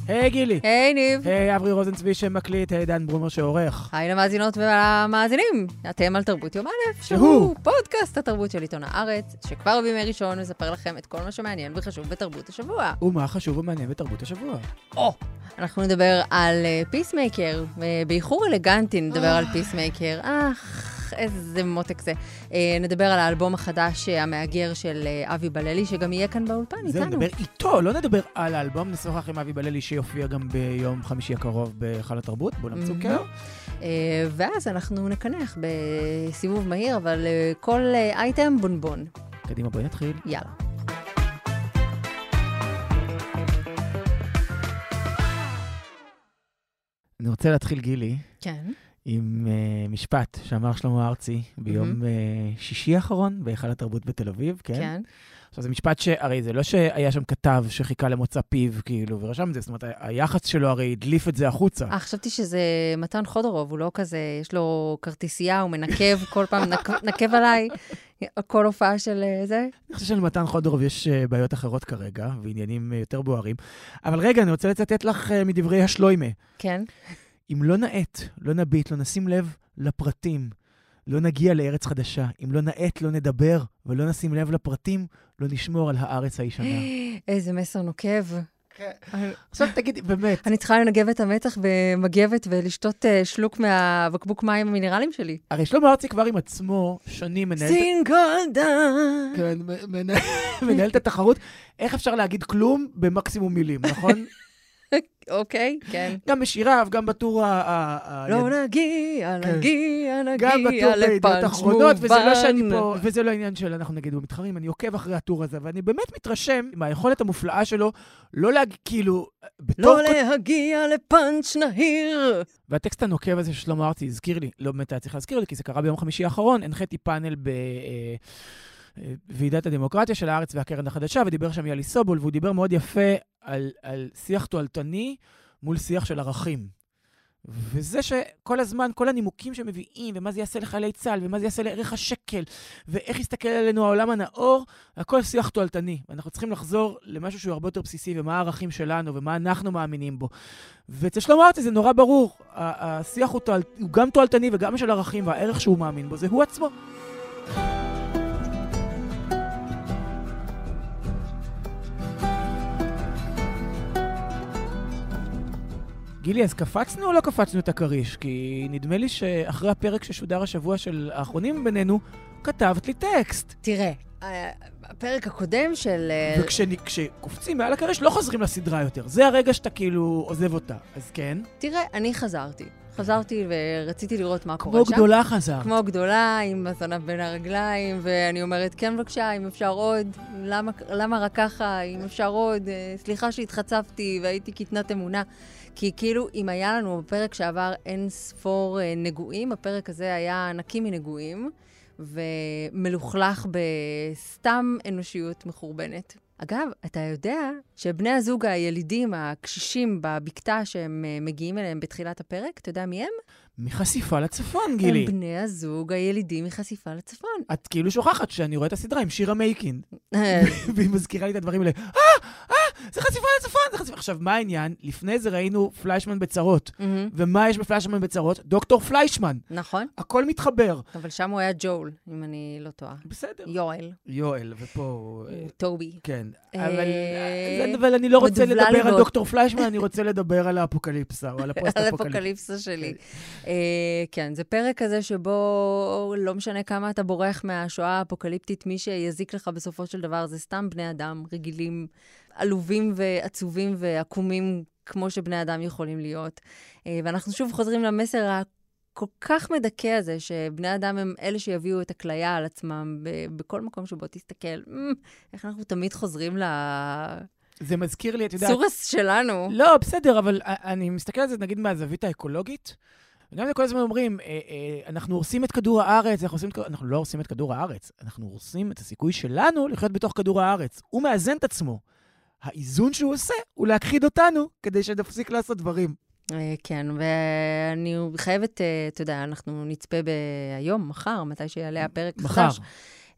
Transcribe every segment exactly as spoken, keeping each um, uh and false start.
היי גילי. היי ניב. היי אברי רוזנצבי שמקליט, היי דן ברומר שעורך. היי למאזינות ולמאזינים. אתם על תרבות יום א', שהוא. שהוא פודקאסט התרבות של עיתון הארץ, שכבר בימי ראשון מספר לכם את כל מה שמעניין וחשוב בתרבות השבוע. ומה חשוב ומעניין בתרבות השבוע? או, אנחנו נדבר על פיסמייקר, באיחור אלגנטי נדבר על פיסמייקר. אך... איזה מותק זה. נדבר על האלבום החדש המאגר של אבי בללי, שגם יהיה כאן באולפן איתנו. זה נדבר איתו, לא נדבר על האלבום, נשוחח עם אבי בללי שיופיע גם ביום חמישי הקרוב בחל התרבות, באולם צוקר. ואז אנחנו נקנח בסיבוב מהיר, אבל כל אייטם בונבון. קדימה, בואי נתחיל. יאללה. אני רוצה להתחיל, גילי. כן. עם uh, משפט שאמר שלמה ארצי ביום mm-hmm. uh, שישי האחרון, בהיכל התרבות בתל אביב, כן? כן. עכשיו, זה משפט שהרי זה לא שהיה שם כתב שחיכה למוצא פיו, כאילו, ורשם את זה, זאת אומרת, היחס שלו הרי הדליף את זה החוצה. אה, חשבתי שזה מתן חודרוב, הוא לא כזה, יש לו כרטיסייה, הוא מנקב, כל פעם נק, נקב עליי, כל הופעה של זה. אני חושב שלמתן חודרוב יש uh, בעיות אחרות כרגע, ועניינים uh, יותר בוערים. אבל רגע, אני רוצה לצטט לך uh, מדברי השלוימה. כן. אם לא נעט, לא נביט, לא נשים לב לפרטים, לא נגיע לארץ חדשה. אם לא נעט, לא נדבר, ולא נשים לב לפרטים, לא נשמור על הארץ הישנה. איזה מסר נוקב. עכשיו תגידי, באמת. אני צריכה לנגב את המתח במגבת ולשתות שלוק מהבקבוק מים המינרליים שלי. הרי שלמה ארצי כבר עם עצמו שנים מנהל... סינגולדה. כן, מנהל את התחרות. איך אפשר להגיד כלום במקסימום מילים, נכון? אוקיי, כן. גם בשיריו, גם בטור ה... לא נגיע, נגיע, נגיע, גם בטור בידיעות אחרונות, וזה לא שאני פה, מובן. וזה לא עניין של אנחנו נגיד במתחרים, אני עוקב אחרי הטור הזה, ואני באמת מתרשם עם היכולת המופלאה שלו, לא להגיד, כאילו, בתור... לא להגיע לפאנץ' נהיר. והטקסט הנוקב הזה של שלמה ארצי הזכיר לי, לא באמת היה צריך להזכיר לי, כי זה קרה ביום חמישי האחרון, הנחיתי פאנל ב... ועידת הדמוקרטיה של הארץ והקרן החדשה, ודיבר שם יאלי סובול, והוא דיבר מאוד יפה על, על שיח תועלתני מול שיח של ערכים. וזה שכל הזמן, כל הנימוקים שמביאים, ומה זה יעשה לחיילי צה"ל, ומה זה יעשה לערך השקל, ואיך יסתכל עלינו העולם הנאור, הכל שיח תועלתני. ואנחנו צריכים לחזור למשהו שהוא הרבה יותר בסיסי, ומה הערכים שלנו, ומה אנחנו מאמינים בו. ואצל שלמה ארצי זה נורא ברור. השיח הוא, תועל, הוא גם תועלתני וגם של ערכים, והערך שהוא מאמין בו זה הוא עצמו. גילי, אז קפצנו או לא קפצנו את הקריש? כי נדמה לי שאחרי הפרק ששודר השבוע של האחרונים בינינו, כתבת לי טקסט. תראה, הפרק הקודם של... וכשקופצים מעל הקריש לא חוזרים לסדרה יותר. זה הרגע שאתה כאילו עוזב אותה. אז כן. תראה, אני חזרתי. חזרתי ורציתי לראות מה קורה שם. כמו גדולה חזרת. כמו גדולה, עם הזנב בין הרגליים, ואני אומרת, כן בבקשה, אם אפשר עוד, למה, למה רק ככה, אם אפשר עוד, סליחה שהתחצפתי והייתי קטנת אמונה. כי כאילו, אם היה לנו בפרק שעבר אין ספור נגועים, הפרק הזה היה נקי מנגועים, ומלוכלך בסתם אנושיות מחורבנת. אגב, אתה יודע שבני הזוג הילידים, הקשישים בבקתה שהם מגיעים אליהם בתחילת הפרק, אתה יודע מי הם? מחשיפה לצפון, גילי. הם בני הזוג הילידים מחשיפה לצפון. את כאילו שוכחת שאני רואה את הסדרה עם שירה מייקין. והיא מזכירה לי את הדברים האלה. אה, אה, זה חשיפה לצפון, זה חשיפה. עכשיו, מה העניין? לפני זה ראינו פליישמן בצרות. ומה יש בפליישמן בצרות? דוקטור פליישמן. נכון. הכל מתחבר. אבל שם הוא היה ג'ול, אם אני לא טועה. בסדר. יואל. יואל, ופה... טובי. כן. אבל אני לא רוצה לדבר על דוקטור פליישמן, אני רוצה לדבר על האפוקליפסה, או על הפוסט-אפוקליפסה שלי. כן, זה פרק כזה שבו לא משנה כמה אתה בורח מהשואה האפוקליפטית, מי שיזיק לך בסופו של דבר זה סתם בני אדם רגילים, עלובים ועצובים ועקומים, כמו שבני אדם יכולים להיות. ואנחנו שוב חוזרים למסר הכל כך מדכא הזה, שבני אדם הם אלה שיביאו את הכליה על עצמם, בכל מקום שבו תסתכל. איך אנחנו תמיד חוזרים ל... זה מזכיר לי, את יודעת... סורס שלנו. לא, בסדר, אבל אני מסתכל על זה, נגיד, מהזווית האקולוגית, וגם זה כל הזמן אומרים, אה, אה, אנחנו הורסים את כדור הארץ, אנחנו, את, אנחנו לא הורסים את כדור הארץ, אנחנו הורסים את הסיכוי שלנו לחיות בתוך כדור הארץ. הוא מאזן את עצמו. האיזון שהוא עושה הוא להכחיד אותנו, כדי שנפסיק לעשות דברים. אה, כן, ואני חייבת, אה, אתה יודע, אנחנו נצפה בהיום, מחר, מתי שיעלה הפרק מחר. חדש.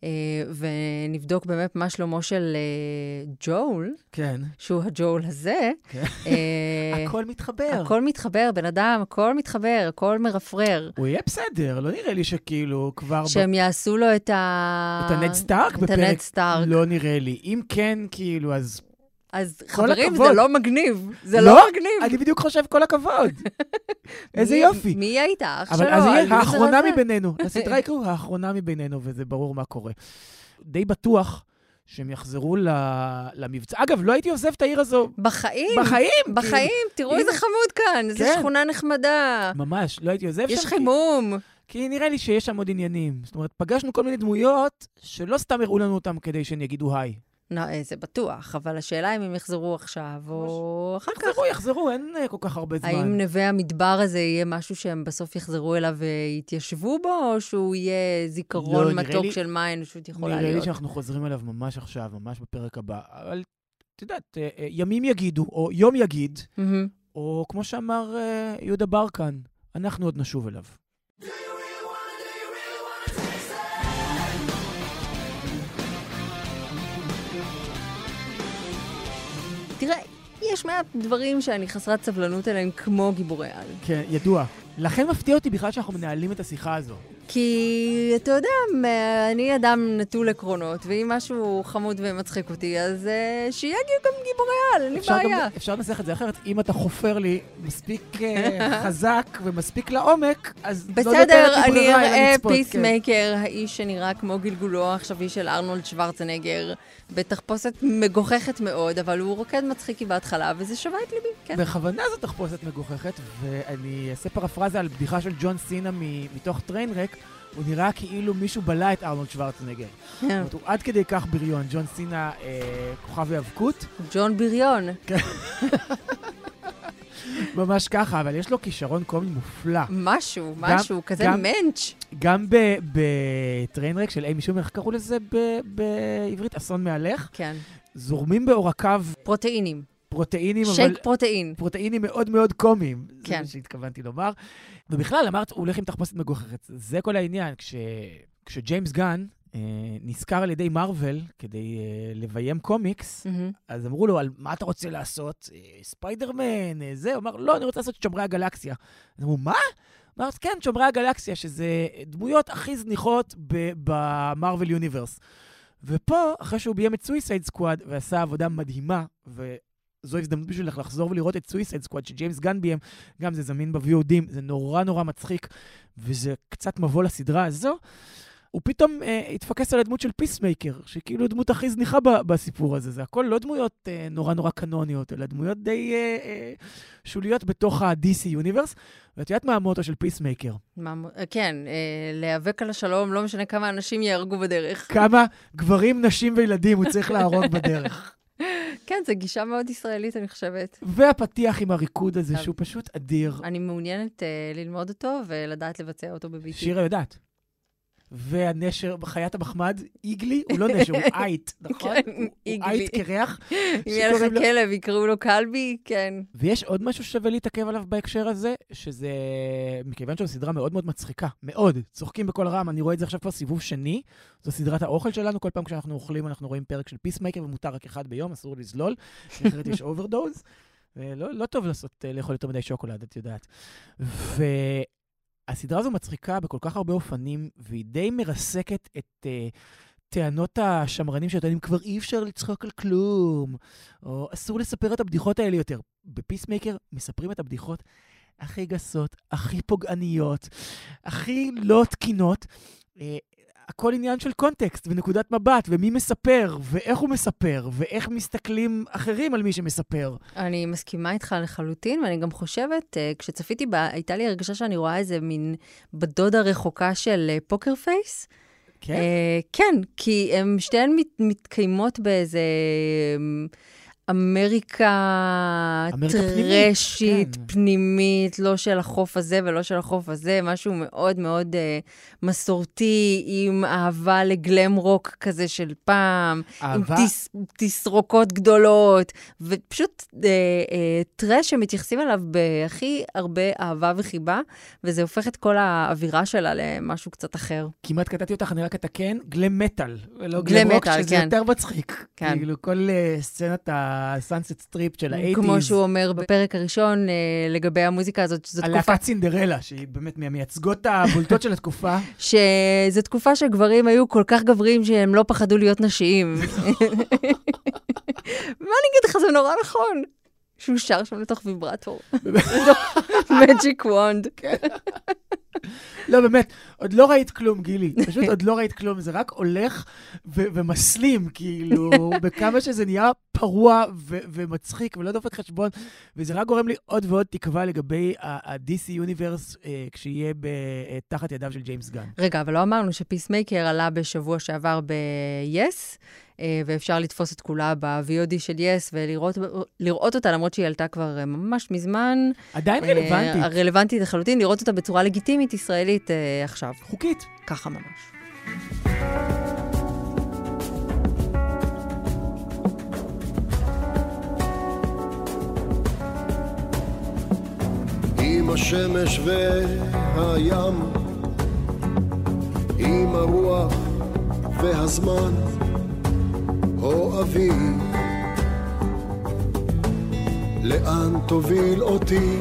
ונבדוק באמת מה שלומו של ג'ול, כן. שהוא הג'ול הזה. כן. הכל מתחבר. הכל מתחבר, בן אדם, הכל מתחבר, הכל מרפרר. הוא יהיה בסדר, לא נראה לי שכאילו כבר... שהם יעשו לו את ה... את הנד סטארק בפרק? את הנד סטארק. לא נראה לי. אם כן, כאילו, אז... אז חברים, זה לא מגניב. זה לא מגניב. אני בדיוק חושב כל הכבוד. איזה יופי. מי יהיה איתה? אח שלו? אבל אז יהיה האחרונה מבינינו. הסדרה יקראו האחרונה מבינינו, וזה ברור מה קורה. די בטוח שהם יחזרו למבצע. אגב, לא הייתי עוזב את העיר הזו. בחיים. בחיים. בחיים. תראו איזה חמוד כאן. איזו שכונה נחמדה. ממש, לא הייתי עוזב שם. יש חימום. כי נראה לי שיש שם עוד עניינים. זאת אומרת, פגשנו כל מיני דמויות שלא סתם הראו לנו אותם כדי שהם יגידו היי. זה בטוח, אבל השאלה אם הם יחזרו עכשיו, או אחר כך. יחזרו, יחזרו, אין כל כך הרבה זמן. האם נווה המדבר הזה יהיה משהו שהם בסוף יחזרו אליו ויתיישבו בו, או שהוא יהיה זיכרון מתוק של מה האנושות יכולה להיות? נראה לי שאנחנו חוזרים אליו ממש עכשיו, ממש בפרק הבא. אבל, את יודעת, ימים יגידו, או יום יגיד, או כמו שאמר יהודה ברקן, אנחנו עוד נשוב אליו. תראה, יש מעט דברים שאני חסרת סבלנות אליהם כמו גיבורי על. כן, ידוע. לכן מפתיע אותי בכלל שאנחנו מנהלים את השיחה הזו. כי, אתה יודע, אני אדם נטול עקרונות, ואם משהו חמוד ומצחיק אותי, אז שיהיה גם גיבורי על, אין לי בעיה. אפשר לנסח את זה אחרת. אם אתה חופר לי מספיק חזק ומספיק לעומק, אז לא נותנת לי ברירה אלא לצפות. בסדר, אני אראה פיסמייקר, האיש שנראה כמו גלגולו העכשווי של ארנולד שוורצנגר, בתחפושת מגוחכת מאוד, אבל הוא רוקד מצחיקי בהתחלה, וזה שווה את ליבי, כן. בכוונה זו תחפושת מגוחכת, ואני אעשה פרפרזה על בדיחה של ג'ון סינה מתוך טריינרק, הוא נראה כאילו מישהו בלע את ארנולד שוורצנגר. זאת אומרת, הוא עד כדי כך בריון. ג'ון סינה, כוכב והאבקות. ג'ון בריון. ממש ככה, אבל יש לו כישרון קומי מופלא. משהו, משהו, כזה מנץ'. גם בטריינרק של אימי שומר, איך קראו לזה בעברית? אסון מהלך. כן. זורמים בעורקיו... פרוטאינים. פרוטאינים, אבל... שייק פרוטאין. פרוטאינים מאוד מאוד קומיים. כן. זה מה שהתכוונתי לומר. ובכלל, אמרת, הוא הולך עם תחפושת מגוחכת. זה כל העניין. כש... כשג'יימס גן אה, נזכר על ידי מרוול כדי אה, לביים קומיקס, mm-hmm. אז אמרו לו, על מה אתה רוצה לעשות? אה, ספיידרמן, אה, זה. הוא אמר, לא, אני רוצה לעשות שומרי הגלקסיה. אז אמרו, מה? אמר, כן, שומרי הגלקסיה, שזה דמויות הכי זניחות במרוול יוניברס. ופה, אחרי שהוא ביים את סויסייד סקוואד, ועשה עבודה מדהימה, וזו הזדמנות בשבילך לחזור ולראות את סויסייד סקוואד, שג'יימס גן ביים, גם זה זמין ב-וי או די, זה נורא נורא מצחיק, וזה קצת מבוא לסדרה הזו. הוא פתאום אה, התפקס על הדמות של פיסמייקר, שכאילו דמות הכי זניחה ב- בסיפור הזה. זה הכל לא דמויות אה, נורא נורא קנוניות, אלא דמויות די אה, אה, שוליות בתוך ה-די סי יוניברס. ואת יודעת מה המוטו של פיסמייקר? מה, כן, אה, להיאבק על השלום, לא משנה כמה אנשים יהרגו בדרך. כמה גברים, נשים וילדים הוא צריך להרוג בדרך. כן, זו גישה מאוד ישראלית, אני חושבת. והפתיח עם הריקוד הזה, שהוא פשוט אדיר. אני מעוניינת אה, ללמוד אותו ולדעת לבצע אותו בביתי. שירה יודעת. והנשר, חיית המחמד, איגלי, הוא לא נשר, הוא אייט, נכון? הוא אייט קרח. אם יהיה לך כלב, יקראו לו קלבי, כן. ויש עוד משהו שווה להתעכב עליו בהקשר הזה, שזה, מכיוון שזו סדרה מאוד מאוד מצחיקה, מאוד, צוחקים בכל רם, אני רואה את זה עכשיו כבר סיבוב שני, זו סדרת האוכל שלנו, כל פעם כשאנחנו אוכלים, אנחנו רואים פרק של פיסמייקר, ומותר רק אחד ביום, אסור לזלול, אחרת יש אוברדוז, ולא טוב לעשות, לאכול יותר מדי שוקולד, את יודעת. ו... הסדרה הזו מצחיקה בכל כך הרבה אופנים, והיא די מרסקת את uh, טענות השמרנים שאתם כבר אי אפשר לצחוק על כלום, או אסור לספר את הבדיחות האלה יותר. בפיסמייקר מספרים את הבדיחות הכי גסות, הכי פוגעניות, הכי לא תקינות. Uh, הכל עניין של קונטקסט ונקודת מבט, ומי מספר, ואיך הוא מספר, ואיך מסתכלים אחרים על מי שמספר. אני מסכימה איתך לחלוטין, ואני גם חושבת, כשצפיתי בה, הייתה לי הרגשה שאני רואה איזה מין בדודה רחוקה של פוקר פייס. כן? כן, כי הן שתיהן מת, מתקיימות באיזה אמריקה טרשית, כן. פנימית, לא של החוף הזה ולא של החוף הזה, משהו מאוד מאוד uh, מסורתי, עם אהבה לגלם רוק כזה של פעם, אהבה? עם תס, תסרוקות גדולות, ופשוט uh, uh, טרש שמתייחסים אליו בהכי הרבה אהבה וחיבה, וזה הופך את כל האווירה שלה למשהו קצת אחר. כמעט קטעתי אותך, אני רק אתקן, גלם מטל, ולא גלם גלם רוק, מטל, שזה כן. יותר מצחיק. כן. כאילו, כל uh, סצנת הסאנסט סטריפ של האייטיז. כמו שהוא אומר בפרק הראשון, אה, לגבי המוזיקה הזאת, שזו תקופה... הלהקת סינדרלה, שהיא באמת מהמייצגות הבולטות של התקופה. שזו תקופה שגברים היו כל כך גברים שהם לא פחדו להיות נשיים. מה אני אגיד לך, זה נורא נכון. שהוא שר שם לתוך ויברטור. מג'יק וונד. לא, באמת, עוד לא ראית כלום, גילי. פשוט עוד לא ראית כלום. זה רק הולך ו- ומסלים, כאילו, בכמה שזה נהיה פרוע ו- ומצחיק ולא דופק חשבון, וזה רק גורם לי עוד ועוד תקווה לגבי ה-די סי יוניברס, אה, כשיהיה תחת ידיו של ג'יימס גן. רגע, אבל לא אמרנו שפיסמייקר עלה בשבוע שעבר ב-Yes, ואפשר לתפוס את כולה ב-וי או די של Yes, ולראות אותה, למרות שהיא עלתה כבר ממש מזמן. עדיין רלוונטית. רלוונטית לחלוטין, לראות אותה בצורה לגיטימית ישראלית עכשיו. חוקית. ככה ממש. עם השמש והים, עם הרוח והזמן, אוהבי, לאן תוביל אותי?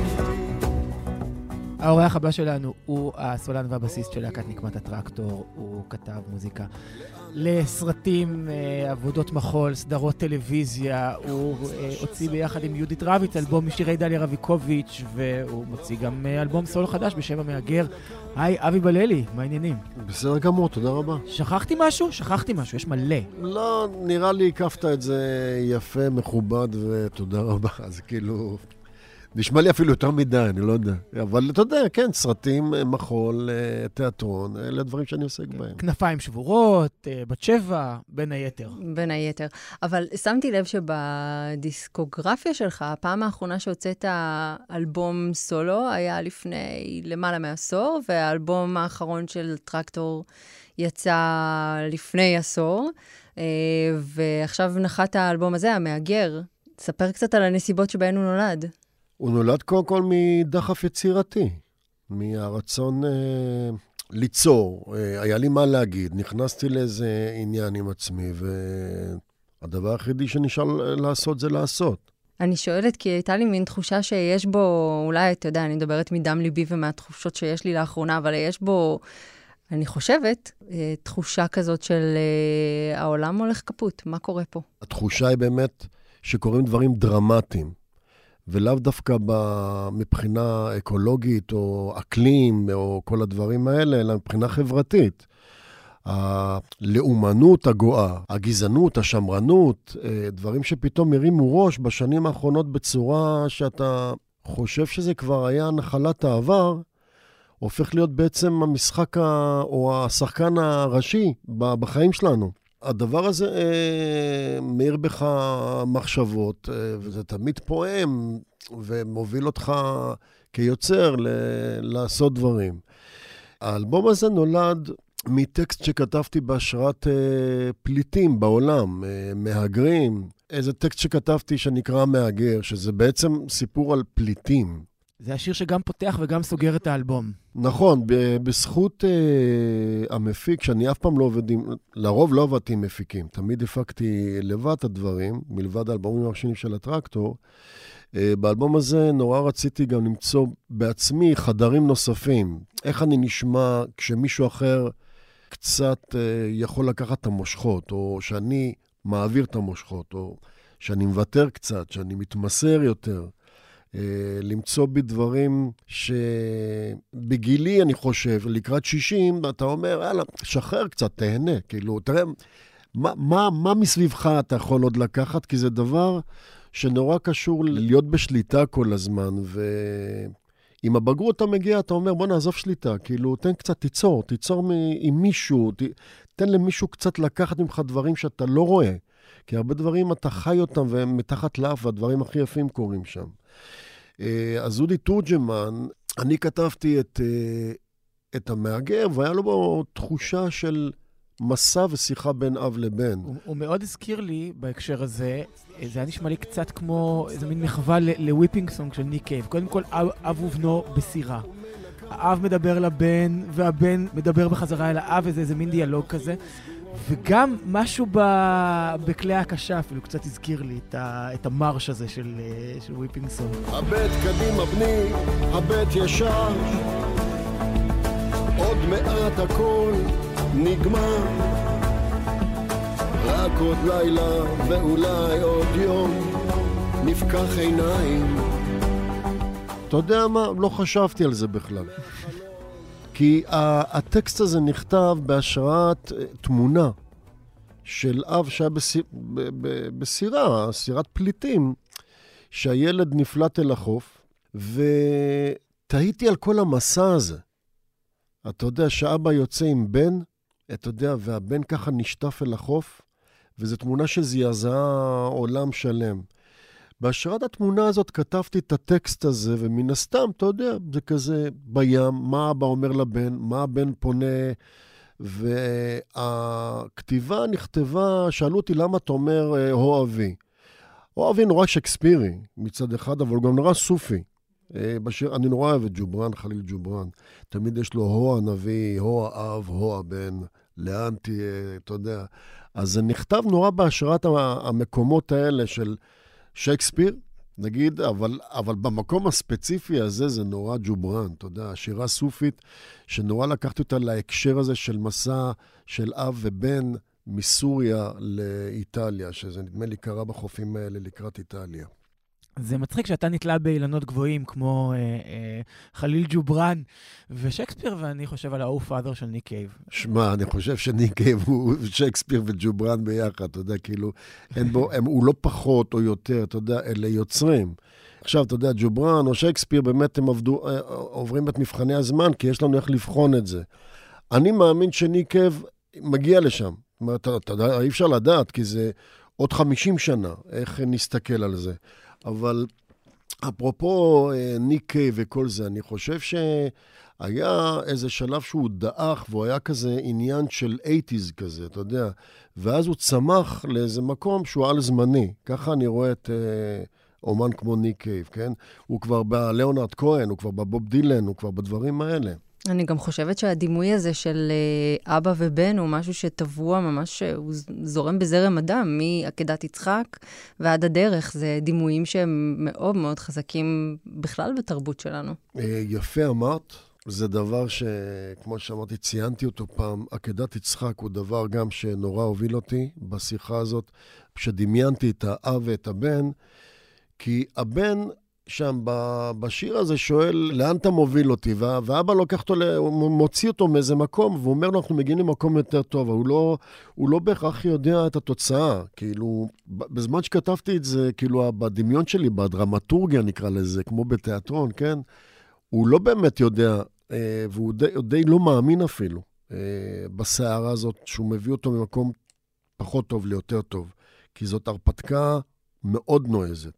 האורח הבא שלנו הוא הסולן והבסיסט של להקת נקמת הטרקטור. הוא כתב מוזיקה לסרטים, עבודות מחול, סדרות טלוויזיה. הוא הוציא ביחד עם יהודית רביץ אלבום משירי דליה רביקוביץ', והוא מוציא גם אלבום סולו חדש בשם המהגר. היי, אבי בללי, מה העניינים? בסדר גמור, תודה רבה. שכחתי משהו? שכחתי משהו, יש מלא. לא, נראה לי הקפת את זה יפה, מכובד, ותודה רבה. אז כאילו... נשמע לי אפילו יותר מדי, אני לא יודע. אבל אתה יודע, כן, סרטים, מחול, תיאטרון, אלה דברים שאני עוסק בהם. כנפיים שבורות, בת שבע, בין היתר. בין היתר. אבל שמתי לב שבדיסקוגרפיה שלך, הפעם האחרונה שהוצאת אלבום סולו היה לפני למעלה מעשור, והאלבום האחרון של טרקטור יצא לפני עשור, ועכשיו נחת האלבום הזה, המהגר. תספר קצת על הנסיבות שבהן הוא נולד. הוא נולד קודם כל מדחף יצירתי, מהרצון אה, ליצור. אה, היה לי מה להגיד, נכנסתי לאיזה עניין עם עצמי, והדבר היחידי שנשאר לעשות זה לעשות. אני שואלת כי הייתה לי מין תחושה שיש בו, אולי, אתה יודע, אני מדברת מדם ליבי ומהתחושות שיש לי לאחרונה, אבל יש בו, אני חושבת, אה, תחושה כזאת של אה, העולם הולך כפות, מה קורה פה? התחושה היא באמת שקורים דברים דרמטיים. ולאו דווקא מבחינה אקולוגית או אקלים או כל הדברים האלה, אלא מבחינה חברתית. הלאומנות הגואה, הגזענות, השמרנות, דברים שפתאום מרימו ראש בשנים האחרונות בצורה שאתה חושב שזה כבר היה נחלת העבר, הופך להיות בעצם המשחק או השחקן הראשי בחיים שלנו. הדבר הזה אה, מאיר בך מחשבות, אה, וזה תמיד פועם, ומוביל אותך כיוצר ל- לעשות דברים. האלבום הזה נולד מטקסט שכתבתי בהשראת אה, פליטים בעולם, אה, מהגרים. איזה טקסט שכתבתי שנקרא מהגר, שזה בעצם סיפור על פליטים. זה השיר שגם פותח וגם סוגר את האלבום. נכון, ב- בזכות uh, המפיק, שאני אף פעם לא עובד עם, לרוב לא עבדתי עם מפיקים, תמיד הפקתי לבד את הדברים, מלבד האלבומים הראשונים של הטרקטור. Uh, באלבום הזה נורא רציתי גם למצוא בעצמי חדרים נוספים. איך אני נשמע כשמישהו אחר קצת uh, יכול לקחת את המושכות, או שאני מעביר את המושכות, או שאני מוותר קצת, שאני מתמסר יותר. Uh, למצוא בדברים שבגילי, אני חושב, לקראת שישים, אתה אומר, יאללה, שחרר קצת, תהנה. כאילו, תראה, מה, מה, מה מסביבך אתה יכול עוד לקחת? כי זה דבר שנורא קשור להיות בשליטה כל הזמן, ועם הבגרות אתה מגיע, אתה אומר, בוא נעזוב שליטה. כאילו, תן קצת, תיצור, תיצור מ- עם מישהו, ת, תן למישהו קצת לקחת ממך דברים שאתה לא רואה. כי הרבה דברים אתה חי אותם והם מתחת לאף, והדברים הכי יפים קורים שם. אז אודי תורג'מן, אני כתבתי את, את המאגר, והיה לו בו תחושה של מסע ושיחה בין אב לבן. הוא, הוא מאוד הזכיר לי בהקשר הזה, זה היה נשמע לי קצת כמו איזה מין מחווה לוויפינג סונג של ניק קייב. קודם כל, אב, אב ובנו בסירה. האב מדבר לבן, והבן מדבר בחזרה אל האב, וזה איזה מין דיאלוג כזה. וגם משהו ב... בכלי הקשה אפילו קצת הזכיר לי את, ה... את המרש הזה של, של וויפינג סונג. הבט קדימה בני, הבט ישר, עוד מעט הכל נגמר, רק עוד לילה ואולי עוד יום נפקח עיניים. אתה יודע מה? לא חשבתי על זה בכלל. כי הטקסט הזה נכתב בהשראת תמונה של אב שהיה בסירה, סירת פליטים, שהילד נפלט אל החוף, ותהיתי על כל המסע הזה. אתה יודע שאבא יוצא עם בן, אתה יודע, והבן ככה נשטף אל החוף, וזו תמונה שזעזעה עולם שלם. בהשראת התמונה הזאת כתבתי את הטקסט הזה, ומן הסתם, אתה יודע, זה כזה בים, מה אבא אומר לבן, מה הבן פונה, והכתיבה נכתבה, שאלו אותי למה אתה אומר הו אבי. הו אבי נורא שקספירי מצד אחד, אבל הוא גם נורא סופי. בשיר, אני נורא אוהב את ג'ובראן, חליל ג'ובראן. תמיד יש לו הו הנביא, הו האב, הו הבן, לאן תהיה, אתה יודע. אז זה נכתב נורא בהשראת המקומות האלה של שייקספיר, נגיד, אבל, אבל במקום הספציפי הזה זה נורא ג'ובראן, אתה יודע, השירה סופית, שנורא לקחתי אותה להקשר הזה של מסע של אב ובן מסוריה לאיטליה, שזה נדמה לי קרה בחופים האלה לקראת איטליה. זה מצחיק שאתה נתלה באילנות גבוהים כמו אה, אה, חליל ג'ובראן ושייקספיר, ואני חושב על ה-O-Father של ניק קייב. שמע, אני חושב שניק קייב הוא שייקספיר וג'ובראן ביחד, אתה יודע, כאילו, אין בו, הם, הוא לא פחות או יותר, אתה יודע, אלה יוצרים. עכשיו, אתה יודע, ג'ובראן או שייקספיר, באמת הם עבדו, עוברים את מבחני הזמן, כי יש לנו איך לבחון את זה. אני מאמין שניק קייב מגיע לשם. זאת אומרת, אתה, אתה יודע, אי אפשר לדעת, כי זה עוד חמישים שנה, איך נסתכל על זה. אבל אפרופו ניק קייב וכל זה, אני חושב שהיה איזה שלב שהוא דאח, והוא היה כזה עניין של שמונים כזה, אתה יודע, ואז הוא צמח לאיזה מקום שהוא על זמני. ככה אני רואה את אה, אומן כמו ניק קייב, כן? הוא כבר בלאונרד כהן, הוא כבר בבוב דילן, הוא כבר בדברים האלה. אני גם חושבת שהדימוי הזה של אבא ובן הוא משהו שטבוע ממש, הוא זורם בזרם אדם, מעקדת יצחק ועד הדרך. זה דימויים שהם מאוד מאוד חזקים בכלל בתרבות שלנו. יפה אמרת, זה דבר שכמו שאמרתי, ציינתי אותו פעם, עקדת יצחק הוא דבר גם שנורא הוביל אותי בשיחה הזאת, שדמיינתי את האב ואת הבן, כי הבן שם בשיר הזה שואל, לאן אתה מוביל אותי? ואבא לוקח אותו, הוא מוציא אותו מאיזה מקום, והוא אומר לו, אנחנו מגיעים למקום יותר טוב, אבל הוא לא, הוא לא בהכרח יודע את התוצאה. כאילו, בזמן שכתבתי את זה, כאילו, בדמיון שלי, בדרמטורגיה נקרא לזה, כמו בתיאטרון, כן? הוא לא באמת יודע, והוא די, די לא מאמין אפילו, בסערה הזאת, שהוא מביא אותו ממקום פחות טוב ליותר טוב. כי זאת הרפתקה מאוד נועזת.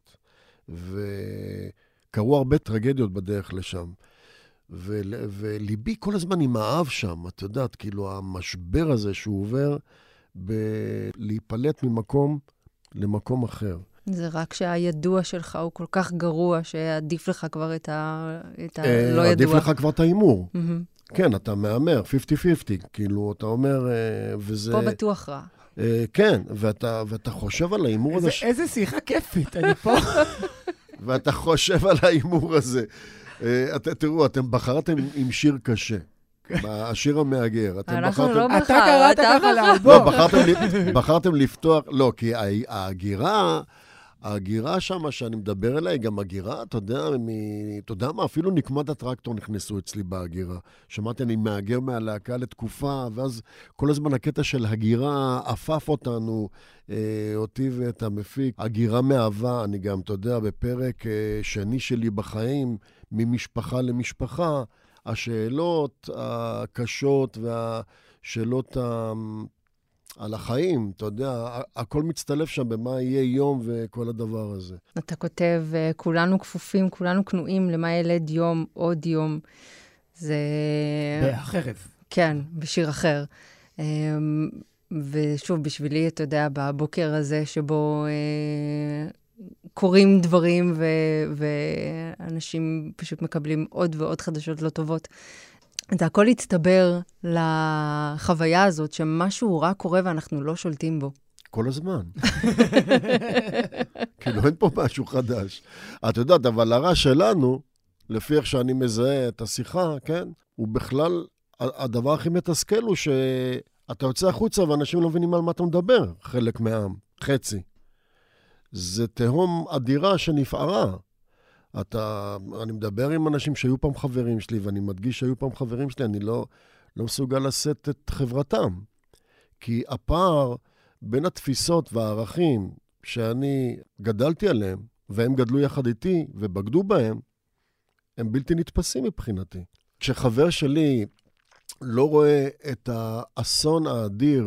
וקרו הרבה טרגדיות בדרך לשם. ו- וליבי כל הזמן עם האב שם, את יודעת, כאילו המשבר הזה שהוא עובר ב- להיפלט ממקום למקום אחר. זה רק שהידוע שלך הוא כל כך גרוע, שעדיף לך כבר את ה... את הלא ידוע. עדיף לך כבר את האימור. Mm-hmm. כן, אתה מאמר, חמישים חמישים, כאילו, אתה אומר, וזה... פה בטוח רע. כן, ואתה, ואתה חושב על האימור הזה... ש... איזה שיחה כיפית, אני פה. ואתה חושב על האימור הזה. את, תראו, אתם בחרתם עם שיר קשה. השיר המאגר. אנחנו לא בחר. אתה קראת ככה לאלבום. לא, בחרתם לפתוח... לא, כי ההגירה... ההגירה שם שאני מדבר אליה, היא גם הגירה, אתה יודע, מ... אתה יודע מה, אפילו נקמת הטרקטור נכנסו אצלי בהגירה. שמעתי, אני מאגר מהלהקה לתקופה, ואז כל הזמן הקטע של הגירה אפף אותנו, אה, אותי ואת המפיק. הגירה מאהבה, אני גם, אתה יודע, בפרק אה, שני שלי בחיים, ממשפחה למשפחה, השאלות הקשות והשאלות ה... על החיים, אתה יודע, הכל מצטלב שם במה יהיה יום וכל הדבר הזה. אתה כותב, כולנו כפופים, כולנו כנועים למה ילד יום, עוד יום. זה... בחרב. כן, בשיר אחר. ושוב, בשבילי, אתה יודע, בבוקר הזה שבו אה, קורים דברים ו- ואנשים פשוט מקבלים עוד ועוד חדשות לא טובות. זה הכל הצטבר לחוויה הזאת, שמשהו רע קורה ואנחנו לא שולטים בו. כל הזמן. כאילו, אין פה משהו חדש. את יודעת, אבל הרע שלנו, לפי איך שאני מזהה את השיחה, כן? הוא בכלל, הדבר הכי מתסכל הוא שאתה יוצא החוצה ואנשים לא מבינים על מה אתה מדבר, חלק מהעם, חצי. זה תהום אדירה שנפערה. אתה, אני מדבר עם אנשים שהיו פעם חברים שלי, ואני מדגיש שהיו פעם חברים שלי, אני לא, לא מסוגל לשאת את חברתם. כי הפער בין התפיסות והערכים שאני גדלתי עליהם, והם גדלו יחד איתי ובגדו בהם, הם בלתי נתפסים מבחינתי. כשחבר שלי לא רואה את האסון האדיר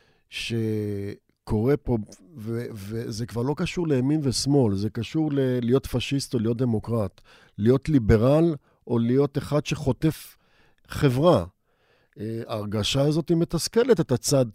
שקורה פה, ו- וזה כבר לא קשור לימין ושמאל, זה קשור ל- להיות פשיסט או להיות דמוקרט, להיות ליברל או להיות אחד שחוטף חברה. ההרגשה הזאת היא מתסכלת את הצד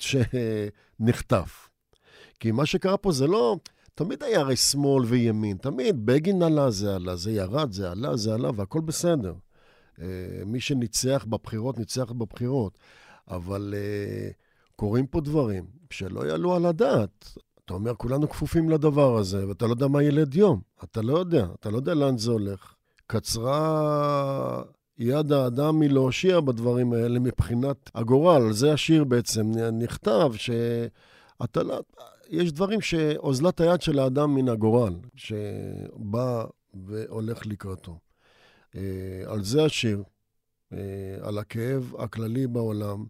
שנחטף. כי מה שקרה פה זה לא... תמיד היה הרי שמאל וימין, תמיד בגין עלה, זה עלה, זה ירד, זה עלה, זה עלה, והכל בסדר. מי שניצח בבחירות, ניצח בבחירות. אבל קורים פה דברים שלא יעלו על הדעת. אתה אומר, כולנו כפופים לדבר הזה, ואתה לא יודע מה ילד יום. אתה לא יודע, אתה לא יודע לאן זה הולך. קצרה יד האדם מלהושיע בדברים האלה מבחינת הגורל. זה השיר בעצם נכתב, שאתה לא... יש דברים שאוזלת היד של האדם מן הגורל, שבא והולך לקראתו. על זה השיר, על הכאב הכללי בעולם,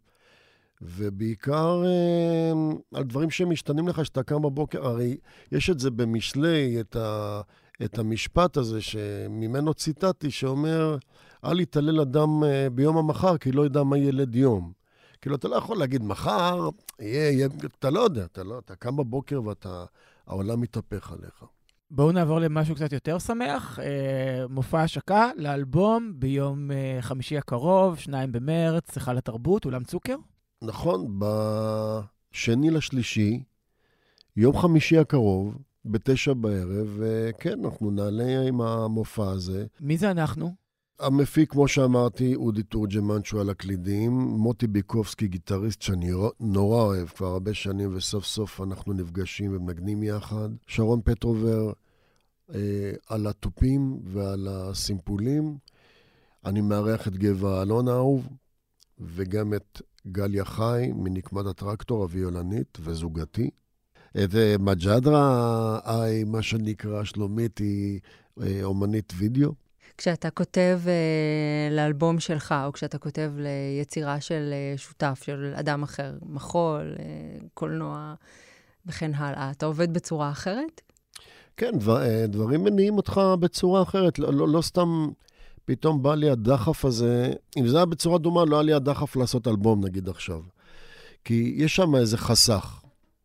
ובעיקר על דברים שמשתנים לך שאתה קם בבוקר. הרי יש את זה במשלי, את, ה, את המשפט הזה שממנו ציטטתי, שאומר, אל יתעלל אדם ביום המחר, כי לא ידע מה ילד יום. כאילו, אתה לא יכול להגיד, מחר, יהיה, יהיה, אתה לא יודע, אתה, לא, אתה קם בבוקר והעולם מתהפך עליך. בואו נעבור למשהו קצת יותר שמח. אה, מופע השקה לאלבום ביום אה, חמישי הקרוב, שניים במרץ, שיחה לתרבות, אולם צוקר. נכון, בשני לשלישי, יום חמישי הקרוב, בתשע בערב, וכן, אנחנו נעלה עם המופע הזה. מי זה אנחנו? המפיק, כמו שאמרתי, אודי תורג'מן שהוא על הקלידים, מוטי ביקובסקי, גיטריסט שאני נורא אוהב כבר הרבה שנים, וסוף סוף אנחנו נפגשים ומנגנים יחד. שרון פטרובר אה, על הטופים ועל הסימפולים. אני מארח את גבע אלון האהוב, וגם את גליה חי מנקמת הטרקטור, הוויולנית וזוגתי. את אה, מג'דרה, אה, מה שנקרא שלומית, היא אה, אומנית וידאו. כשאתה כותב uh, לאלבום שלך, או כשאתה כותב ליצירה של uh, שותף, של אדם אחר, מחול, uh, קולנוע וכן הלאה, אתה עובד בצורה אחרת? כן, דבר, דברים מניעים אותך בצורה אחרת. לא, לא, לא סתם פתאום בא לי הדחף הזה. אם זה היה בצורה דומה, לא היה לי הדחף לעשות אלבום, נגיד עכשיו. כי יש שם איזה חסך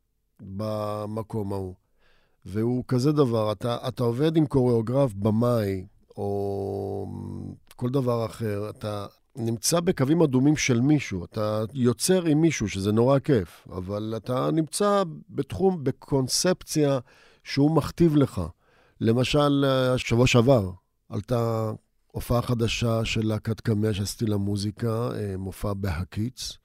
במקום ההוא. והוא כזה דבר, אתה, אתה עובד עם קוריאוגרף במאי, או כל דבר אחר, אתה נמצא בקווים אדומים של מישהו, אתה יוצר עם מישהו, שזה נורא כיף, אבל אתה נמצא בתחום, בקונספציה שהוא מכתיב לך. למשל, שבוע שעבר, עלתה הופעה חדשה של להקת קמע שעשיתי למוזיקה, מופע בהקיץ.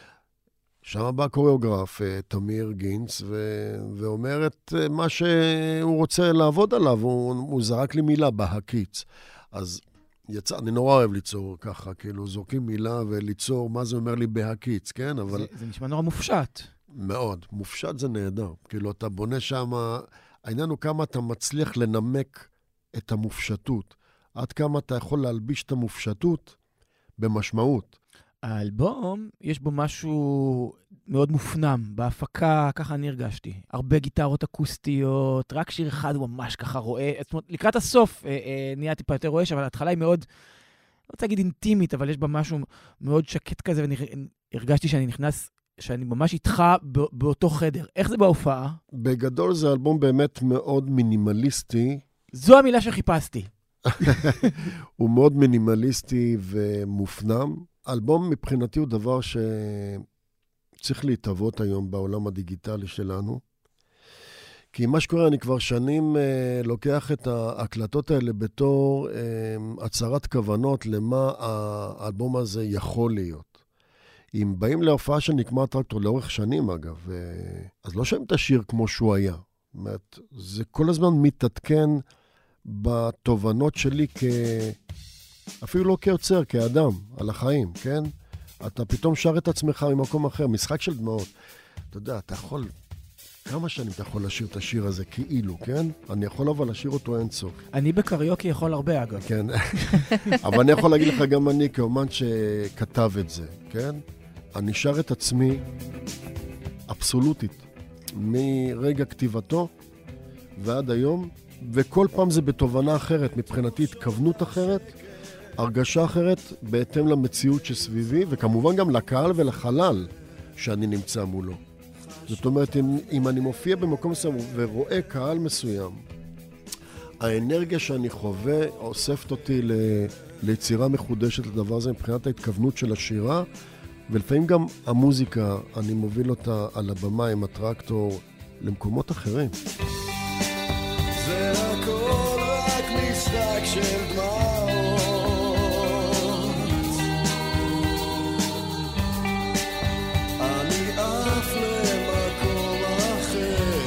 שם בא קוריאוגרף, תמיר גינץ, ו- ואומר את מה שהוא רוצה לעבוד עליו, הוא, הוא זרק לי מילה בהקיץ. אז יצא, אני נורא אוהב ליצור ככה, כאילו זורקים מילה וליצור מה זה אומר לי בהקיץ, כן? אבל... זה, זה נשמע נורא מופשט. מאוד, מופשט זה נהדר. כאילו אתה בונה שם, העניין הוא כמה אתה מצליח לנמק את המופשטות, עד כמה אתה יכול להלביש את המופשטות במשמעות. האלבום, יש בו משהו מאוד מופנם, בהפקה, ככה אני הרגשתי. הרבה גיטרות אקוסטיות, רק שיר אחד הוא ממש ככה רואה, זאת אומרת, לקראת הסוף אה, אה, נהיה טיפה יותר רועש, אבל ההתחלה היא מאוד, לא רוצה להגיד אינטימית, אבל יש בה משהו מאוד שקט כזה, והרגשתי שאני נכנס שאני ממש איתך באותו חדר. איך זה בהופעה? בגדול זה אלבום באמת מאוד מינימליסטי. זו המילה שחיפשתי. הוא מאוד מינימליסטי ומופנם. אלבום מבחינתי הוא דבר שצריך להתאבות היום בעולם הדיגיטלי שלנו. כי מה שקורה, אני כבר שנים אה, לוקח את ההקלטות האלה בתור אה, הצהרת כוונות למה האלבום הזה יכול להיות. אם באים להופעה של נקמת טרקטור לאורך שנים, אגב, אה, אז לא שומעים את השיר כמו שהוא היה. זאת אומרת, זה כל הזמן מתעדכן בתובנות שלי כ... אפילו לא כיוצר, כאדם, על החיים, כן? אתה פתאום שר את עצמך ממקום אחר, משחק של דמעות. אתה יודע, אתה יכול... כמה שנים אתה יכול לשיר את השיר הזה כאילו, כן? אני יכול אבל לשיר אותו אין סוף. אני בקריוקי יכול הרבה, אגב. כן, אבל אני יכול להגיד לך גם אני, כאומן שכתב את זה, כן? אני שר את עצמי אבסולוטית, מרגע כתיבתו ועד היום, וכל פעם זה בתובנה אחרת, מבחינתי התכוונות אחרת, הרגשה אחרת, בהתאם למציאות שסביבי, וכמובן גם לקהל ולחלל שאני נמצא מולו. זאת אומרת, אם, אם אני מופיע במקום מסוים ורואה קהל מסוים, האנרגיה שאני חווה אוספת אותי ל, ליצירה מחודשת לדבר הזה מבחינת ההתכוונות של השירה, ולפעמים גם המוזיקה, אני מוביל אותה על הבמה עם הטרקטור למקומות אחרים. זה הכל רק משחק של דמעות, אני אף למקום אחר.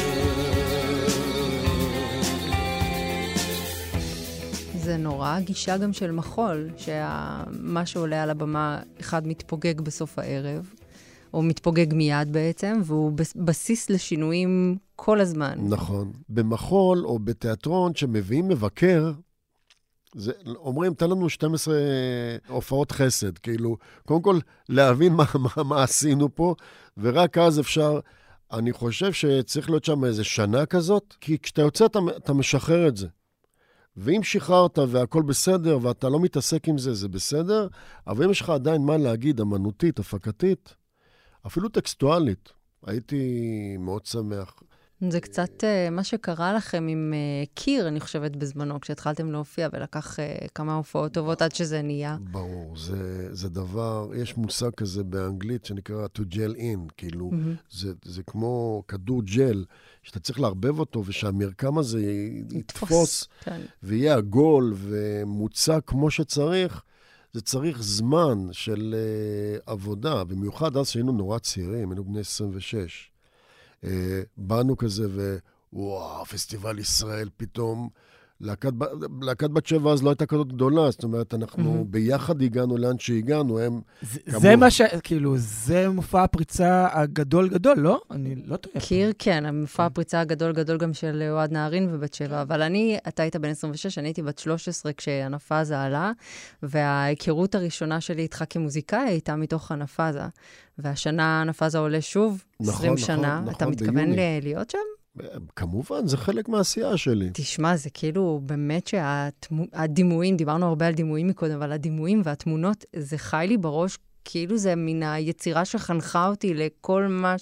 זה נורא גישה גם של מחול, שמה שעולה על הבמה אחד מתפוגג בסוף הערב, או מתפוגג מיד בעצם, והוא בסיס לשינויים כל הזמן. נכון. במחול או בתיאטרון שמביאים מבקר, זה, אומרים, תן לנו שתים עשרה הופעות חסד, כאילו, קודם כל להבין מה, מה, מה עשינו פה, ורק אז אפשר, אני חושב שצריך להיות שם איזה שנה כזאת, כי כשאתה יוצא אתה, אתה משחרר את זה. ואם שחררת והכל בסדר, ואתה לא מתעסק עם זה, זה בסדר, אבל אם יש לך עדיין מה להגיד, אמנותית, הפקתית, אפילו טקסטואלית, הייתי מאוד שמח. זה קצת uh, מה שקרה לכם עם uh, קיר, אני חושבת, בזמנו, כשהתחלתם להופיע, ולקח uh, כמה הופעות טובות עד שזה נהיה. ברור, זה, זה דבר, יש מושג כזה באנגלית שנקרא to gel in, כאילו, mm-hmm. זה, זה כמו כדור ג'ל, שאתה צריך להרבב אותו, ושהמרקם הזה יתפוס, כן. ויהיה עגול ומוצק כמו שצריך, זה צריך זמן של uh, עבודה, במיוחד אז שהיינו נורא צעירים, היינו בני עשרים ושש. Uh, באנו כזה, ווואו, פסטיבל ישראל פתאום, להקת, להקת בת שבע אז לא הייתה כזאת גדולה, זאת אומרת, אנחנו mm-hmm. ביחד הגענו לאן שהגענו, הם... זה, כמו... זה מה ש... כאילו, זה מופע הפריצה הגדול גדול, לא? אני לא טועה. קיר, כן, המופע הפריצה הגדול גדול גם של אוהד נהרין ובת שבע, אבל אני, אתה היית בן עשרים ושש, אני הייתי בת שלוש עשרה כשהנפאזה עלה, וההיכרות הראשונה שלי איתך כמוזיקאי הייתה מתוך הנפאזה, והשנה הנפאזה עולה שוב, נכון, עשרים שנה, נכון, אתה נכון, מתכוון ביוני. להיות שם? כמובן, זה חלק מהעשייה שלי. תשמע, זה כאילו באמת שהדימויים, דיברנו הרבה על דימויים מקודם, אבל הדימויים והתמונות, זה חי לי בראש, כאילו זה מן היצירה שחנכה אותי לכל מה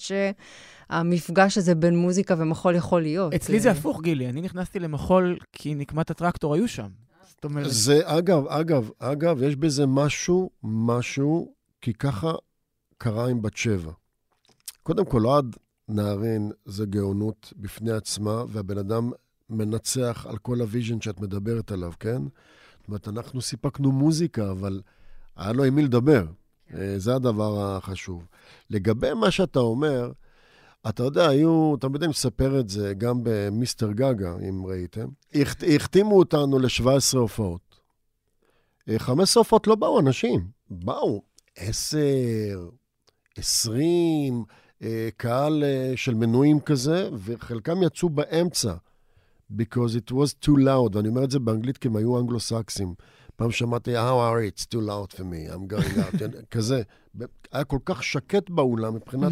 שהמפגש הזה בין מוזיקה ומחול יכול להיות. אצלי זה הפוך, גילי. אני נכנסתי למחול כי נקמת הטרקטור היו שם. זאת אומרת... זה, אגב, אגב, אגב, יש בזה משהו, משהו, כי ככה קרה עם בת שבע. קודם כל, עד נהרין זה גאונות בפני עצמה, והבן אדם מנצח על כל הוויז'ן שאת מדברת עליו, כן? זאת אומרת, אנחנו סיפקנו מוזיקה, אבל היה לו עם מי לדבר. זה הדבר החשוב. לגבי מה שאתה אומר, אתה יודע, היו, אתה יודע, מספר את זה גם במיסטר גגה, אם ראיתם. החתימו אותנו ל-שבע עשרה הופעות. חמש עשרה הופעות לא באו אנשים. באו עשר, עשרים... קהל של מנויים כזה, וחלקם יצאו באמצע, because it was too loud, ואני אומר את זה באנגלית כי הם היו אנגלו-סקסים. פעם שמעתי, how are it? It's too loud for me, I'm going out, כזה. היה כל כך שקט באולם, מבחינת,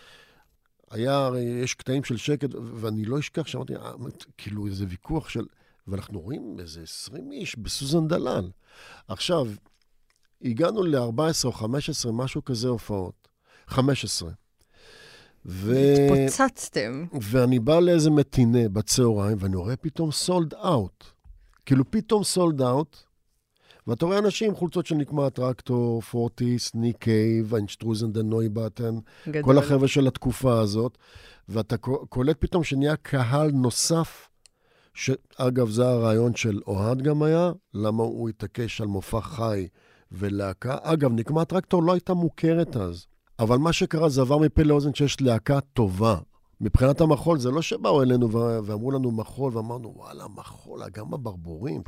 היה, יש קטעים של שקט, ואני לא אשכח, שמעתי, כאילו איזה ויכוח של, ואנחנו רואים איזה עשרים איש בסוזן דלל. עכשיו, הגענו ל-ארבע עשרה או חמש עשרה, משהו כזה הופעות. חמש עשרה. ו... התפוצצתם. ואני בא לאיזה מטינה בצהריים, ואני רואה פתאום סולד אאוט. כאילו פתאום סולד אאוט, ואתה רואה אנשים, חולצות של נקמה טרקטור, פורטיס, ניק קייב, איינשטרוזן דנוי בטן, כל החבר'ה של התקופה הזאת, ואתה קולט פתאום שנהיה קהל נוסף, שאגב, זה הרעיון של אוהד גם היה, למה הוא התעקש על מופע חי ולהקה. אגב, נקמה טרקטור לא הייתה מוכרת אז, אבל מה שקרה זה עבר מפה לאוזן שיש להקה טובה. מבחינת המחול, זה לא שבאו אלינו ואמרו לנו מחול, ואמרנו, וואלה, מחול, גם הברבורים.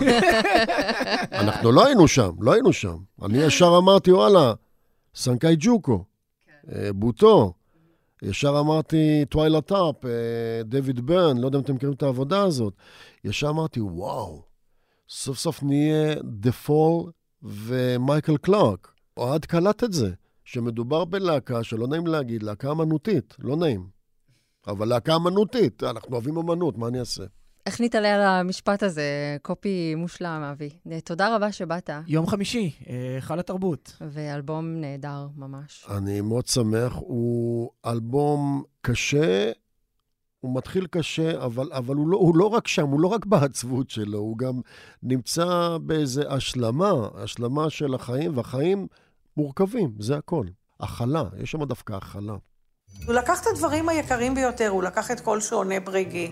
אנחנו לא היינו שם, לא היינו שם. אני ישר אמרתי, וואלה, סנקאי ג'וקו, בוטו, ישר אמרתי, טוויילה טאפ, דויד ברן, לא יודע אם אתם מכירים את העבודה הזאת. ישר אמרתי, וואו, סוף סוף נהיה דה פול ומייקל קלארק. אוהד קלט את זה, שמדובר בלהקה שלא נעים להגיד, להקה אמנותית, לא נעים. אבל להקה אמנותית, אנחנו אוהבים אמנות, מה אני אעשה? איך נתעלה על המשפט הזה? קופי מושלם, אבי. תודה רבה שבאת. יום חמישי, חל התרבות. ואלבום נהדר, ממש. אני מאוד שמח, הוא אלבום קשה, הוא מתחיל קשה, אבל, אבל הוא, לא, הוא לא רק שם, הוא לא רק בעצבות שלו, הוא גם נמצא באיזו השלמה, השלמה של החיים, והחיים מורכבים, זה הכל. החלה, יש שם דווקא החלה. הוא לקח את הדברים היקרים ביותר, הוא לקח את כל שעוני בריגי.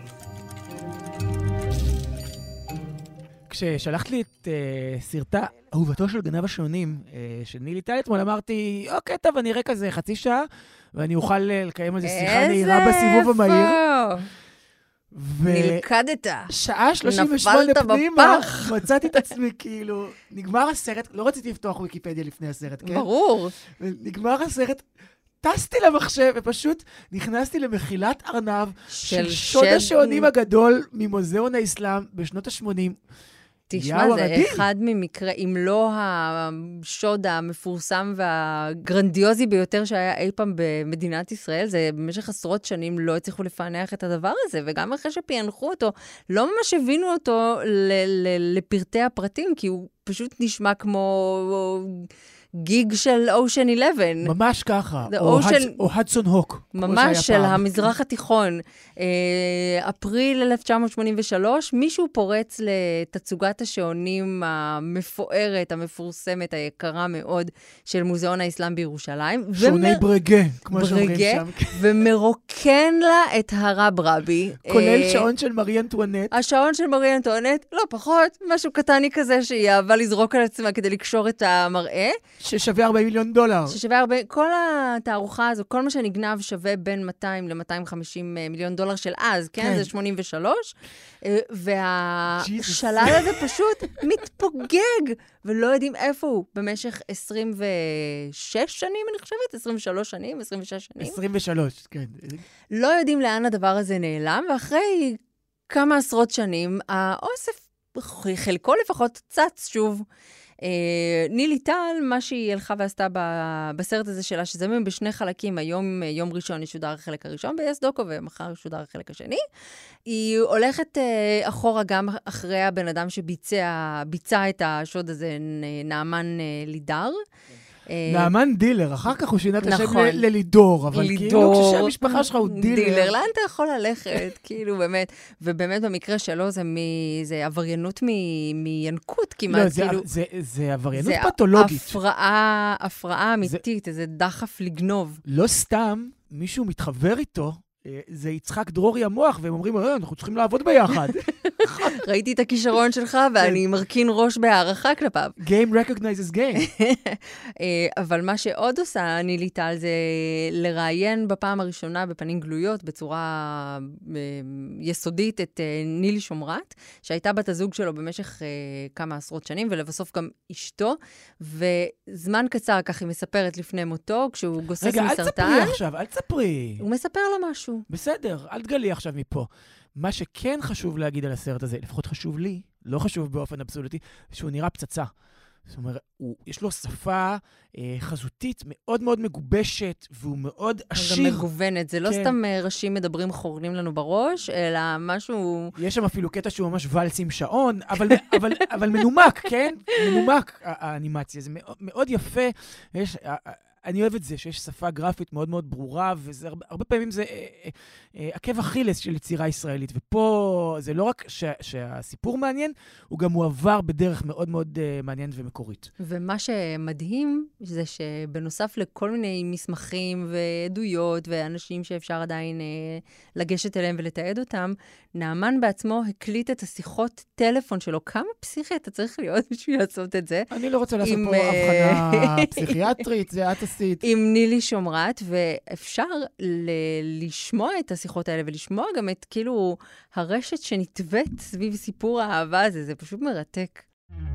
כששלחת לי את uh, סרטה אהובתו של גנב השעונים uh, של נילי טל אתמול, אמרתי, אוקיי, טוב, אני אראה כזה חצי שעה, ואני אוכל לקיים איזו שיחה נהירה בסיבוב המהיר. ו... נלכדת. שעה שלושים ושמונה פנימה, מצאתי את עצמי, כאילו, נגמר הסרט, לא רציתי לפתוח ויקיפדיה לפני הסרט, כן? ברור. נגמר הסרט, טסתי למחשב, ופשוט נכנסתי למחילת ארנב של שוד השעונים הגדול ממוזיאון האסלאם בשנות ה-שמונים. תשמע, זה אחד ממקרה, אם לא השוד המפורסם והגרנדיוזי ביותר שהיה אי פעם במדינת ישראל, זה במשך עשרות שנים לא הצליחו לפענח את הדבר הזה, וגם אחרי שפענחו אותו, לא ממש הבינו אותו לפרטי הפרטים, כי הוא פשוט נשמע כמו גיג של אושן אחת עשרה. ממש ככה, או הדסון הוק. ממש של המזרח התיכון. אפריל אלף תשע מאות שמונים ושלוש, מישהו פורץ לתצוגת השעונים המפוארת, המפורסמת, היקרה מאוד, של מוזיאון האסלאם בירושלים. שעוני ברגה, כמו שאומרים שם. ומרוקן לה את הרב רבי. כולל שעון של מרי אנטואנט. השעון של מרי אנטואנט, לא פחות, משהו קטני כזה שהיא אהבה לזרוק על עצמה כדי לקשור את המראה. ששווה ארבעים מיליון דולר. ששווה ארבעים, כל התערוכה הזו, כל מה שנגנב שווה בין מאתיים ל-מאתיים וחמישים מיליון דולר של אז, כן? כן. זה שמונים ושלוש. והשלל הזה פשוט מתפוגג, ולא יודעים איפה הוא. במשך עשרים ושש שנים, אני חושבת, עשרים ושלוש שנים, עשרים ושש שנים. עשרים ושלוש, כן. לא יודעים לאן הדבר הזה נעלם, ואחרי כמה עשרות שנים, האוסף, חלקו לפחות, צץ שוב. נילי טל, מה שהיא הלכה ועשתה בסרט הזה שלה, שזה בשני חלקים, היום יום ראשון ישודר החלק הראשון ביס דוקו, ומחר ישודר החלק השני. היא הולכת אחורה גם אחרי הבן אדם שביצע ביצע את השוד הזה, נעמן לידר. נעמן דילר, אחר כך הוא שינה את השם ללידור, אבל כאילו כששם המשפחה שלך הוא דילר. דילר, לאן אתה יכול ללכת? כאילו באמת, ובאמת במקרה שלו זה עבריינות מינקות כמעט. לא, זה עבריינות פתולוגית. זה הפרעה אמיתית, איזה דחף לגנוב. לא סתם מישהו מתחבר איתו, זה יצחק דרורי המוח, והם אומרים, אנחנו צריכים לעבוד ביחד. ראיתי את הכישרון שלך, ואני מרכין ראש בהערכה כלפיו. Game recognizes game. אבל מה שעוד עושה נילי טל, זה לראיין בפעם הראשונה בפנים גלויות, בצורה יסודית, את נילי שומרת, שהייתה בת הזוג שלו במשך כמה עשרות שנים, ולבסוף גם אשתו, וזמן קצר כך היא מספרת לפני מותו, כשהוא גוסס מסרטן. רגע, אל תספרי עכשיו, אל תספרי. הוא מספר לו משהו. בסדר, אל תגלי עכשיו מפה. מה שכן חשוב להגיד על הסרט הזה, לפחות חשוב לי, לא חשוב באופן אבסולוטי, שהוא נראה פצצה. זאת אומרת, הוא, יש לו שפה אה, חזותית מאוד מאוד מגובשת, והוא מאוד עשיר. גם מגוונת, זה לא כן. סתם ראשים מדברים חורנים לנו בראש, אלא משהו... יש שם אפילו קטע שהוא ממש ולס עם שעון, אבל, אבל, אבל מנומק, כן? מנומק האנימציה, זה מאוד, מאוד יפה. יש... אני אוהב את זה, שיש שפה גרפית מאוד מאוד ברורה, וזה הרבה, הרבה פעמים זה אה, אה, אה, עקב אכילס של יצירה ישראלית. ופה זה לא רק ש, שהסיפור מעניין, הוא גם מועבר בדרך מאוד מאוד אה, מעניינת ומקורית. ומה שמדהים זה שבנוסף לכל מיני מסמכים ועדויות ואנשים שאפשר עדיין אה, לגשת אליהם ולתעד אותם, נעמן בעצמו הקליט את השיחות טלפון שלו. כמה פסיכי אתה צריך להיות בשביל לעשות את זה? אני לא רוצה לעשות עם, פה אה, הבחנה פסיכיאטרית, זה את עשית. עם נילי שומרת, ואפשר ל- לשמוע את השיחות האלה ולשמוע גם את כאילו הרשת שנתוות סביב סיפור האהבה הזה, זה פשוט מרתק.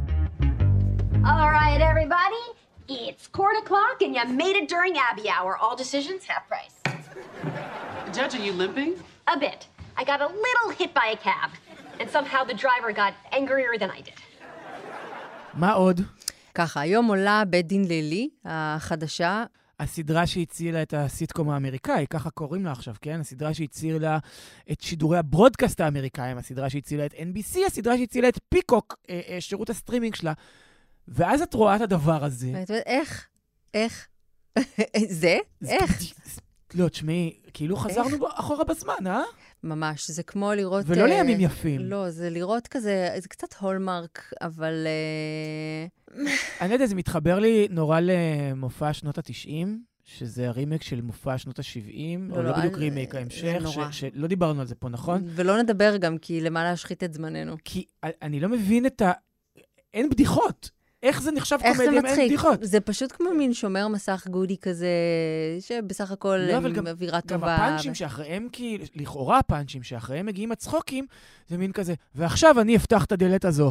All right, everybody. It's court o'clock and you made it during Abbey Hour. All decisions, half price. Judge, are you limping? A bit. I got a little hit by a cab. And somehow the driver got angrier than I did. מה עוד? ככה, היום עולה בית דין לילי, החדשה. הסדרה שהצילה את הסיטקום האמריקאי, ככה קוראים לה עכשיו, כן? הסדרה שהצילה את שידורי הברודקאסט האמריקאים, הסדרה שהצילה את אן בי סי, הסדרה שהצילה את פיקוק, אה, אה, שירות הסטרימינג שלה. ואז את רואה את הדבר הזה. ואת אומרת, איך? איך? זה? איך? לא, תשמעי, כאילו חזרנו אחורה בזמן, אה? ממש, זה כמו לראות... ולא uh, לימים יפים. לא, זה לראות כזה, זה קצת הולמרק, אבל... Uh... אני יודע, זה מתחבר לי נורא למופע שנות ה-תשעים, שזה הרימק של מופע שנות ה-שבעים, לא, או לא, לא בדיוק אני- רימק, זה ההמשך, נורא. ש- שלא דיברנו על זה פה, נכון? ולא נדבר גם, כי למה להשחית את זמננו. כי אני לא מבין את ה... אין בדיחות. איך זה נחשב איך זה קומדיה אם אין מצחיק? בדיחות? זה פשוט כמו מין שומר מסך גודי כזה, שבסך הכל לא, אבל גם- אווירה גם טובה. הפאנצ'ים שאחריהם, כי לכאורה הפאנצ'ים שאחריהם מגיעים הצחוקים, זה מין כזה, ועכשיו אני אפתח את הדלת הזו.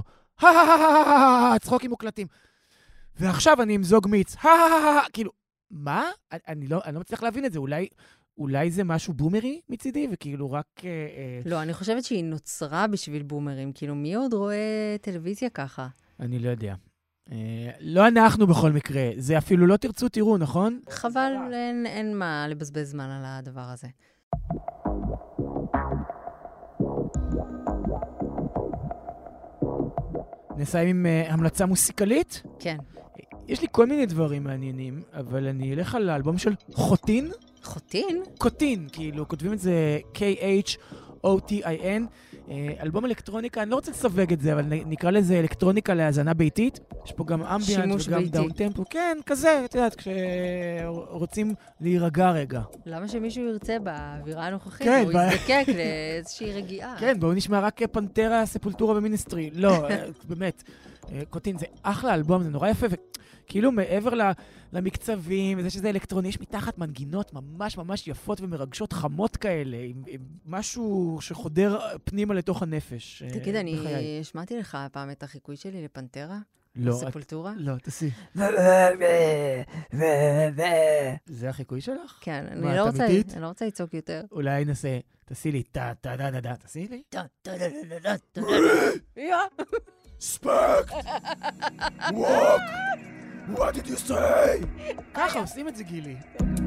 צחוקים מוקלטים. ועכשיו אני אמזוג מיץ. כאילו, מה? אני לא, אני לא מצליח להבין את זה. אולי, אולי זה משהו בומרי מצידי, וכאילו רק... אה, אה, לא, אני חושבת שהיא נוצרה בשביל בומרים. כאילו, מי עוד רואה טלוויזיה ככה? אני לא יודע. אה, לא אנחנו בכל מקרה. זה אפילו לא תרצו, תראו, נכון? חבל, אין, אין מה לבזבז זמן על הדבר הזה. נסיים עם uh, המלצה מוסיקלית. כן. יש לי כל מיני דברים מעניינים, אבל אני אלך על האלבום של חוטין. חוטין? קוטין, כאילו, כותבים את זה קיי אייץ' או טי איי אן. אלבום אלקטרוניקה, אני לא רוצה לסווג את זה, אבל נקרא לזה אלקטרוניקה להאזנה ביתית. יש פה גם אמביאנט שימוש וגם ביתי. דאון טמפו. כן, כזה, את יודעת, כשרוצים להירגע רגע. למה שמישהו ירצה באווירה הנוכחית? כן, הוא ב- יזדקק לאיזושהי רגיעה. כן, בואו נשמע רק פנטרה, ספולטורה ומיניסטרי. לא, אה, באמת. אה, קוטין, זה אחלה אלבום, זה נורא יפה, וכאילו מעבר ל- למקצבים, וזה שזה אלקטרוני, יש מתחת מנגינות ממש ממש יפות ומרגשות חמות כאלה, עם, עם משהו שחודר פנימה לתוך הנפש. אה, תגיד, אני בחיי. שמעתי לך פעם את החיקוי שלי לפנטרה? לא, את- ספולטורה? לא, תעשי. זה החיקוי שלך? כן, מה, אני לא את רוצה, אמיתית? אני לא רוצה לצעוק יותר. אולי נעשה, תעשי לי טה טה דה דה דה, תעשי לי? ספק! ווק! What did you say? ככה עושים את זה, גילי.